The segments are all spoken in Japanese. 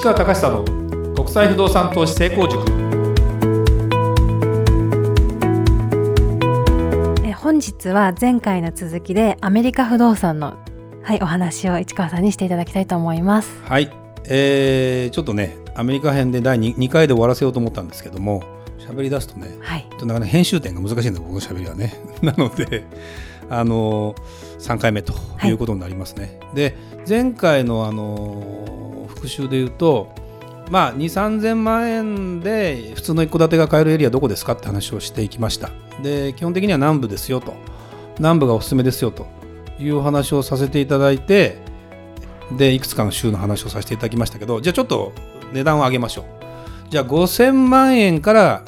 川隆久の国際不動産投資成功塾。 本日は前回の続きでアメリカ不動産の、お話を市川さんにしていただきたいと思います。 はい、ちょっとねアメリカ編で第 2回で終わらせようと思ったんですけども、喋り出すとね、ちょっとなかなか編集点が難しいんだ僕の喋りはねなので3回目ということになりますね。で前回の復習で言うと、2、3000万円で普通の一戸建てが買えるエリアどこですかって話をしていきました。で基本的には南部ですよと、南部がおすすめですよというお話をさせていただいて、でいくつかの州の話をさせていただきましたけど、じゃあちょっと値段を上げましょう。じゃあ5000万円から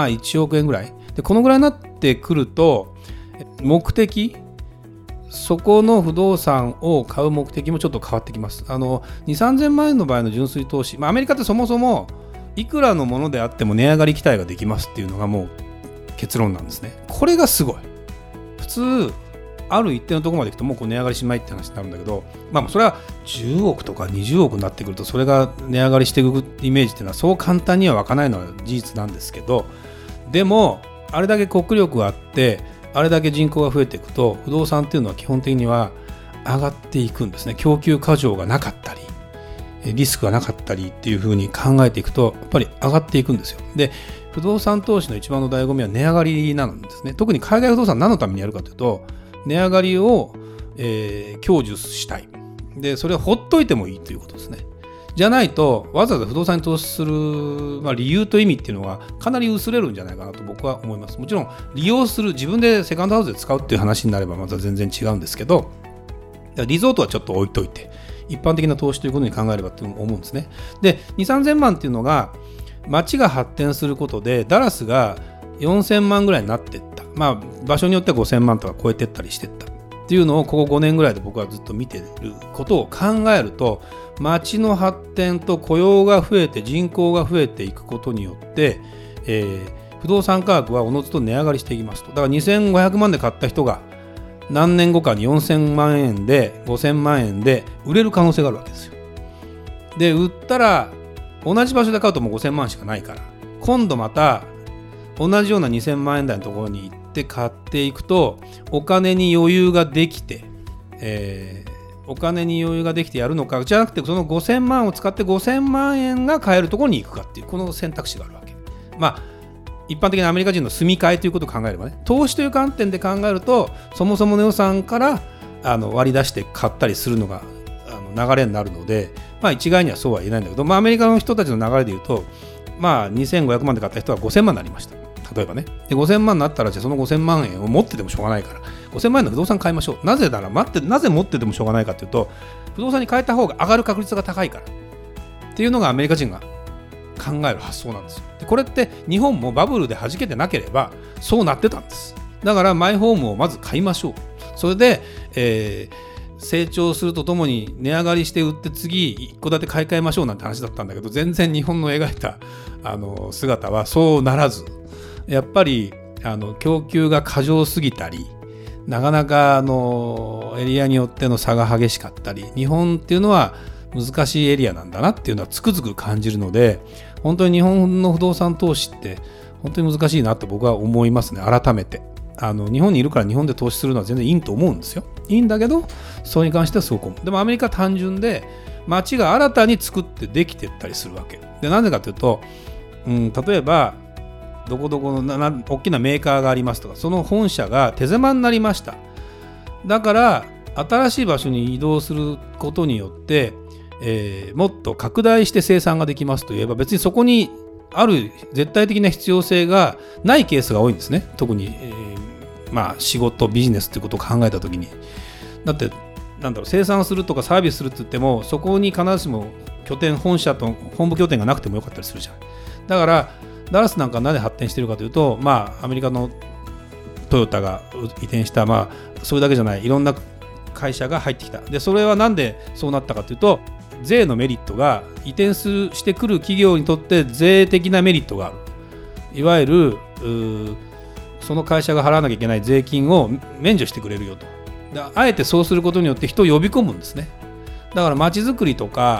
1億円ぐらいで、このぐらいになってくると目的、そこの不動産を買う目的もちょっと変わってきます。2、3000万円の場合の純粋投資、アメリカってそもそもいくらのものであっても値上がり期待ができますっていうのがもう結論なんですね。これがすごい。普通ある一定のところまでいくともう値上がりしないって話になるんだけど、それは10億とか20億になってくるとそれが値上がりしていくイメージっていうのはそう簡単には湧かないのは事実なんですけど、でもあれだけ国力があってあれだけ人口が増えていくと不動産っていうのは基本的には上がっていくんですね。供給過剰がなかったりリスクがなかったりっていうふうに考えていくとやっぱり上がっていくんですよ。で不動産投資の一番の醍醐味は値上がりなんですね。特に海外不動産何のためにやるかというと値上がりを、享受したい。でそれはほっといてもいいということですね。じゃないとわざわざ不動産に投資する、理由と意味っていうのはかなり薄れるんじゃないかなと僕は思います。もちろん利用する、自分でセカンドハウスで使うっていう話になればまた全然違うんですけど、リゾートはちょっと置いといて一般的な投資ということに考えればと思うんですね。で2、3000万っていうのが街が発展することでダラスが4000万ぐらいになっていった、場所によっては5000万とか超えていったりしていったっていうのをここ5年ぐらいで僕はずっと見ていることを考えると、街の発展と雇用が増えて人口が増えていくことによって、不動産価格はおのずと値上がりしていきますと。だから2500万で買った人が何年後かに4000万円で5000万円で売れる可能性があるわけですよ。で売ったら同じ場所で買うともう5000万しかないから、今度また同じような2000万円台のところに行って買っていくとお金に余裕ができて、お金に余裕ができてやるのか、じゃなくてその5000万を使って5000万円が買えるところに行くかっていうこの選択肢があるわけ。一般的なアメリカ人の住み替えということを考えればね、投資という観点で考えるとそもそもの予算から割り出して買ったりするのが流れになるので、一概にはそうは言えないんだけど、アメリカの人たちの流れでいうと、2500万で買った人は5000万になりました。例えばね。で5000万になったらじゃあその5000万円を持っててもしょうがないから5000万円の不動産買いましょう。なぜならなぜ持っててもしょうがないかというと、不動産に変えた方が上がる確率が高いからっていうのがアメリカ人が考える発想なんですよ。でこれって日本もバブルで弾けてなければそうなってたんです。だからマイホームをまず買いましょう。それで、成長するとともに値上がりして売って次一戸建て買い替えましょうなんて話だったんだけど、全然日本の描いた姿はそうならず、やっぱり供給が過剰すぎたり、なかなかエリアによっての差が激しかったり、日本っていうのは難しいエリアなんだなっていうのはつくづく感じるので、本当に日本の不動産投資って本当に難しいなと僕は思いますね。改めて日本にいるから日本で投資するのは全然いいと思うんですよ。いいんだけどそれに関してはすごく思う。でもアメリカは単純で街が新たに作ってできていったりするわけで、なぜかというと、例えばどこどこの大きなメーカーがありますとか、その本社が手狭になりました。だから新しい場所に移動することによって、もっと拡大して生産ができますといえば、別にそこにある絶対的な必要性がないケースが多いんですね。特に、仕事ビジネスということを考えたときに、だって生産するとかサービスするって言ってもそこに必ずしも本社と本部拠点がなくてもよかったりするじゃん。だからダラスなんかなぜ発展しているかというと、アメリカのトヨタが移転した、それだけじゃないいろんな会社が入ってきた。でそれはなんでそうなったかというと、税のメリットが移転してくる企業にとって税的なメリットがある。いわゆるその会社が払わなきゃいけない税金を免除してくれるよと。あえてそうすることによって人を呼び込むんですね。だから街づくりとか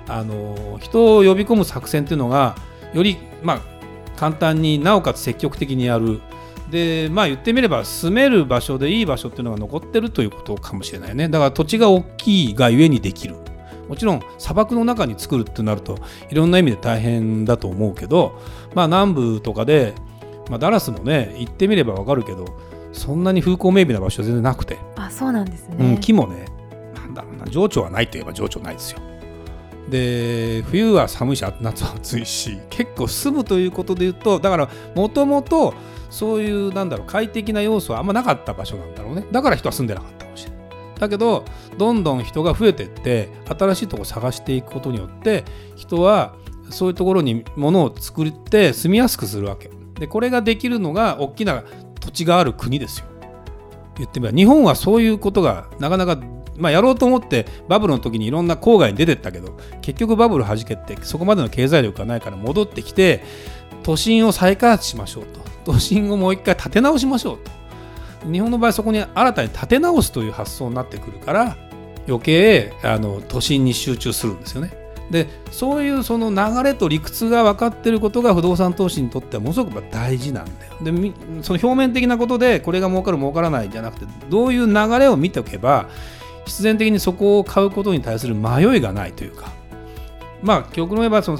人を呼び込む作戦っていうのがより、簡単になおかつ積極的にやる。で言ってみれば住める場所でいい場所っていうのが残ってるということかもしれないね。だから土地が大きいがゆえにできる。もちろん砂漠の中に作るってなるといろんな意味で大変だと思うけど、南部とかで、ダラスもね行ってみれば分かるけどそんなに風光明媚な場所は全然なくて。 そうなんですね。 木もね情緒はないといえば情緒ないですよ。で冬は寒いし夏は暑いし、結構住むということでいうとだからもともとそういう快適な要素はあんまなかった場所なんだろうね。だから人は住んでなかったかもしれない。だけどどんどん人が増えていって新しいところを探していくことによって人はそういうところに物を作って住みやすくするわけで、これができるのが大きな土地がある国ですよ。言ってみれば日本はそういうことがなかなかやろうと思ってバブルの時にいろんな郊外に出てったけど結局バブル弾けってそこまでの経済力がないから戻ってきて都心を再開発しましょうと、都心をもう一回建て直しましょうと。日本の場合そこに新たに建て直すという発想になってくるから余計都心に集中するんですよね。でそういうその流れと理屈が分かっていることが不動産投資にとってはものすごく大事なんだよ。でその表面的なことでこれが儲かる儲からないじゃなくてどういう流れを見ておけば必然的にそこを買うことに対する迷いがないというか、極論言えばその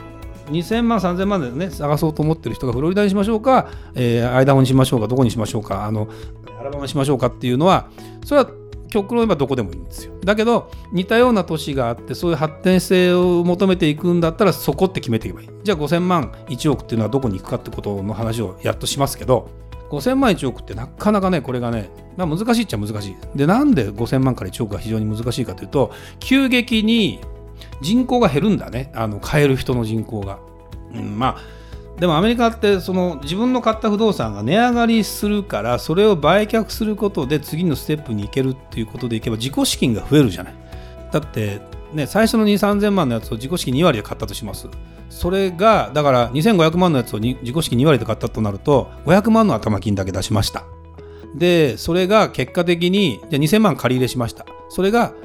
2000万3000万でね探そうと思ってる人がフロリダにしましょうか、アイダホにしましょうか、どこにしましょうか、アラバマにしましょうかっていうのはそれは極論言えばどこでもいいんですよ。だけど似たような都市があってそういう発展性を求めていくんだったらそこって決めていけばいい。じゃあ5000万1億っていうのはどこに行くかってことの話をやっとしますけど、5000万1億ってなかなかねこれがね、難しいっちゃ難しい。でなんで5000万から1億が非常に難しいかというと急激に人口が減るんだね、買える人の人口が。でもアメリカってその自分の買った不動産が値上がりするからそれを売却することで次のステップに行けるっていうことでいけば自己資金が増えるじゃない。だってね最初の 2,3000 万のやつを自己資金2割で買ったとします。それがだから2500万のやつを自己資金2割で買ったとなると500万の頭金だけ出しました。でそれが結果的にじゃあ2000万借り入れしました。それが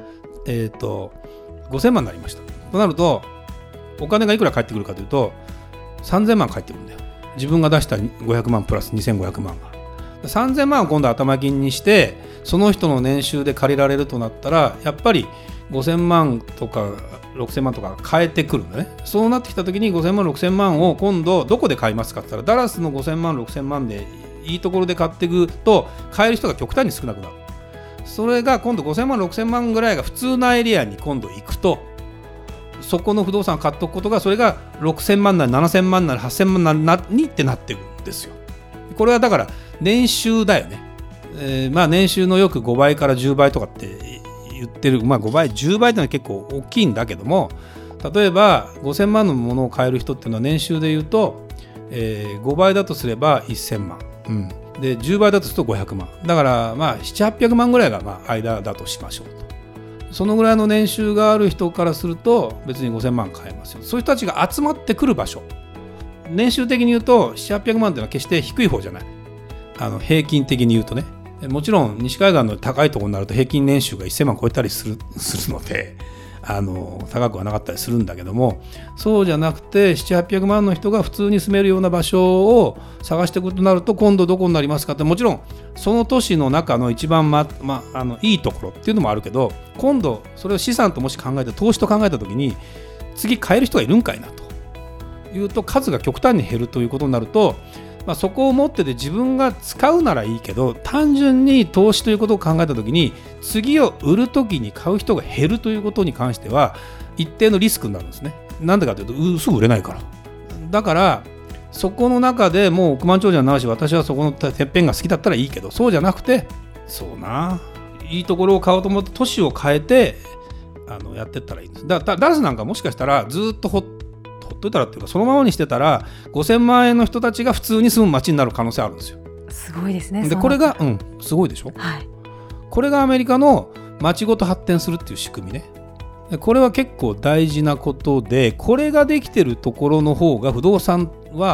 5000万になりました。となるとお金がいくら返ってくるかというと3000万返ってくるんだよ。自分が出した500万プラス2500万が3000万を今度頭金にしてその人の年収で借りられるとなったらやっぱり5000万とか6000万とか変えてくるんだね。そうなってきた時に5000万6000万を今度どこで買いますかって言ったらダラスの5000万6000万でいいところで買っていくと買える人が極端に少なくなる。それが今度5000万6000万ぐらいが普通なエリアに今度行くとそこの不動産を買っておくことがそれが6000万なり7000万なり8000万なりにってなっていくんですよ。これはだから年収だよね。年収のよく5倍から10倍とかって言ってる、5倍10倍ってのは結構大きいんだけども例えば5000万のものを買える人っていうのは年収で言うと、5倍だとすれば1000万、で10倍だとすると500万だから7、800万ぐらいが間だとしましょうと。そのぐらいの年収がある人からすると別に5000万買えますよ。そういう人たちが集まってくる場所年収的に言うと7、800万っていうのは決して低い方じゃない。平均的に言うとねもちろん西海岸の高いところになると平均年収が1000万超えたりするので高くはなかったりするんだけどもそうじゃなくて7、800万の人が普通に住めるような場所を探していくことになると今度どこになりますかってもちろんその都市の中の一番、いいところっていうのもあるけど今度それを資産ともし考えて投資と考えた時に次買える人がいるんかいなというと数が極端に減るということになるとそこを持ってて自分が使うならいいけど単純に投資ということを考えたときに次を売るときに買う人が減るということに関しては一定のリスクになるんですね。なんでかというとすぐ売れないから。だからそこの中でもう億万長者になるし私はそこのてっぺんが好きだったらいいけどそうじゃなくていいところを買おうと思って都市を変えてやっていったらいいんです。ダラスなんかもしかしたらずっとほっといたらっていうかそのままにしてたら5000万円の人たちが普通に住む街になる可能性あるんですよ。 すごいですね。 でこれがすごいでしょ、これがアメリカの街ごと発展するっていう仕組みね。これは結構大事なことでこれができてるところの方が不動産は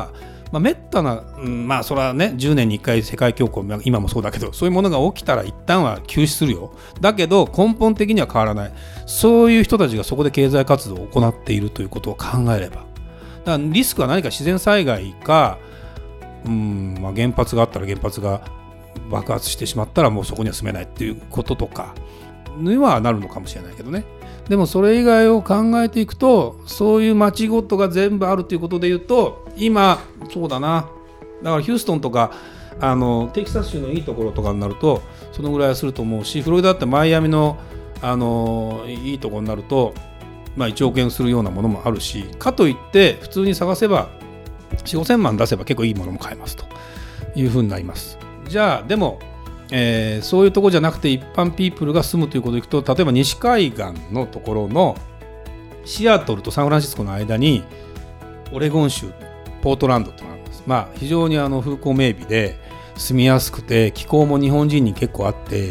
めったな、それはね10年に1回世界恐慌、今もそうだけどそういうものが起きたら一旦は休止するよ。だけど根本的には変わらない。そういう人たちがそこで経済活動を行っているということを考えれば、だからリスクは何か自然災害か、原発があったら原発が爆発してしまったらもうそこには住めないっていうこととかにはなるのかもしれないけどね。でもそれ以外を考えていくと、そういう町ごとが全部あるということでいうと、今そうだな、だからヒューストンとかテキサス州のいいところとかになるとそのぐらいはすると思うし、フロリダだってマイアミの、いいところになると、1億円するようなものもあるし、かといって普通に探せば 4,5,千万出せば結構いいものも買えますというふうになります。じゃあでも、そういうところじゃなくて一般ピープルが住むということでいくと、例えば西海岸のところのシアトルとサンフランシスコの間にオレゴン州ポートランドというのがあります。非常に風光明媚で住みやすくて、気候も日本人に結構あって、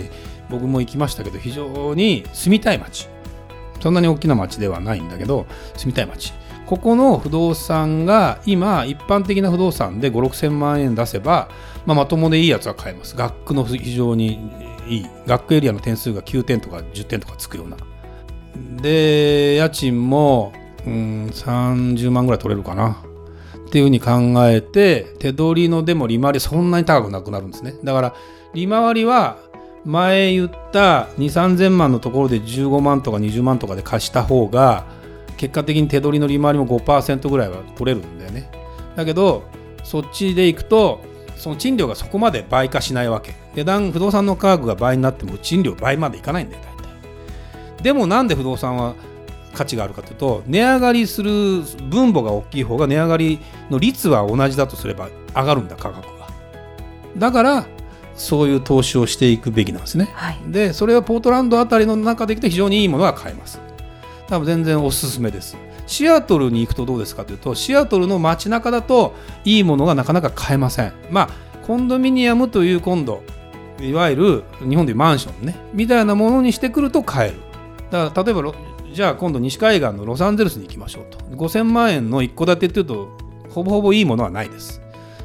僕も行きましたけど非常に住みたい街、そんなに大きな街ではないんだけど住みたい街。ここの不動産が今一般的な不動産で 5,6 千万円出せば、まともでいいやつは買えます。学区の非常にいい学区エリアの点数が9点とか10点とかつくようなで、家賃も30万ぐらい取れるかなっていうふうに考えて、手取りのでも利回りそんなに高くなくなるんですね。だから利回りは前言った 2,3 千万のところで15万とか20万とかで貸した方が結果的に手取りの利回りも 5% ぐらいは取れるんだよね。だけどそっちでいくとその賃料がそこまで倍化しないわけ。不動産の価格が倍になっても賃料倍までいかないんだよ大体。でもなんで不動産は価値があるかというと、値上がりする分母が大きい方が値上がりの率は同じだとすれば上がるんだ価格が。だからそういう投資をしていくべきなんですね、でそれはポートランドあたりの中でいくと非常にいいものが買えます。多分全然おすすめです。シアトルに行くとどうですかというと、シアトルの街中だといいものがなかなか買えません。コンドミニアムという今度いわゆる日本でいうマンションねみたいなものにしてくると買える。だから例えばじゃあ今度西海岸のロサンゼルスに行きましょうと。5,000万円の一戸建てっていうとほぼほぼいいものはないです。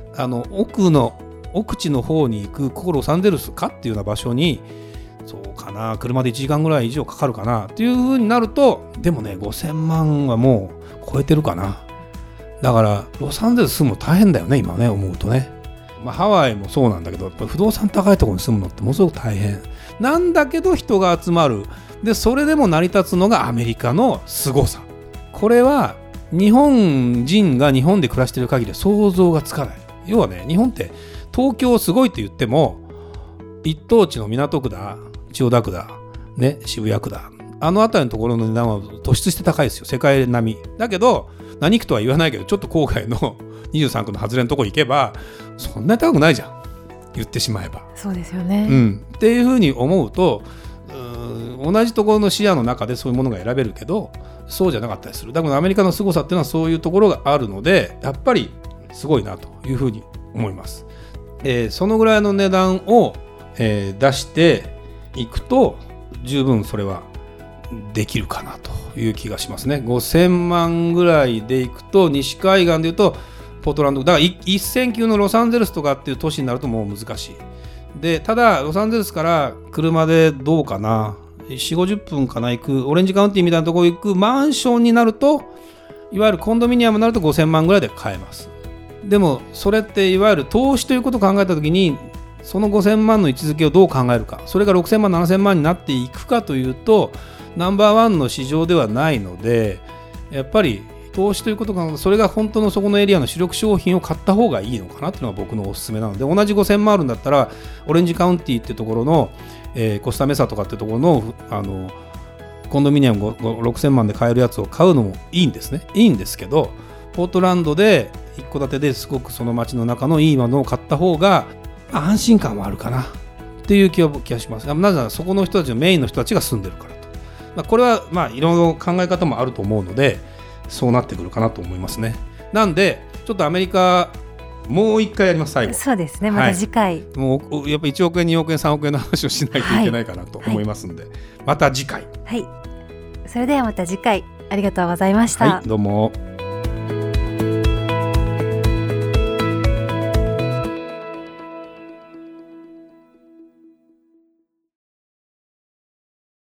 奥地の方に行くここロサンゼルスかっていうような場所にそうかな、車で1時間ぐらい以上かかるかなっていう風になると、でもね 5,000 万はもう超えてるかな。だからロサンゼルス住むの大変だよね今ね思うとね。ハワイもそうなんだけど、やっぱり不動産高いところに住むのってものすごく大変なんだけど人が集まる。でそれでも成り立つのがアメリカの凄さ。これは日本人が日本で暮らしている限りは想像がつかない。要はね、日本って東京すごいって言っても一等地の港区だ千代田区だ、渋谷区だ、あの辺りのところの値段は突出して高いですよ、世界並み。だけど何区とは言わないけどちょっと郊外の23区の外れのところ行けばそんなに高くないじゃん、言ってしまえば。 そうですよね、 っていうふうに思うと、同じところの視野の中でそういうものが選べるけどそうじゃなかったりする。だからアメリカの凄さっていうのはそういうところがあるので、やっぱりすごいなというふうに思います。そのぐらいの値段を、出していくと十分それはできるかなという気がしますね。5,000万ぐらいでいくと西海岸でいうとポートランドだから一線級のロサンゼルスとかっていう都市になるともう難しい。でただロサンゼルスから車でどうかな 4,50 分かな行くオレンジカウンティみたいなところ行くマンションになると、いわゆるコンドミニアムになると 5,000 万ぐらいで買えます。でもそれっていわゆる投資ということを考えたときにその 5,000 万の位置づけをどう考えるか、それが 6,000 万 7,000 万になっていくかというとナンバーワンの市場ではないので、やっぱり投資ということがそれが本当のそこのエリアの主力商品を買った方がいいのかなというのが僕のおすすめなので、同じ 5,000 万あるんだったらオレンジカウンティっていうところの、コスタメサとかっていうところの、コンドミニアム 6,000 万で買えるやつを買うのもいいんですね。いいんですけどポートランドで一戸建てですごくその街の中のいいものを買った方が安心感はあるかなっていう気がします。なぜならそこの人たちのメインの人たちが住んでるからと。これはいろいろ考え方もあると思うのでそうなってくるかなと思いますね。なんでちょっとアメリカもう一回やります最後。 そうですね、また次回、 もうやっぱ1億円2億円3億円の話をしないといけないかなと思いますので、また次回。 それではまた次回ありがとうございました。 どうも。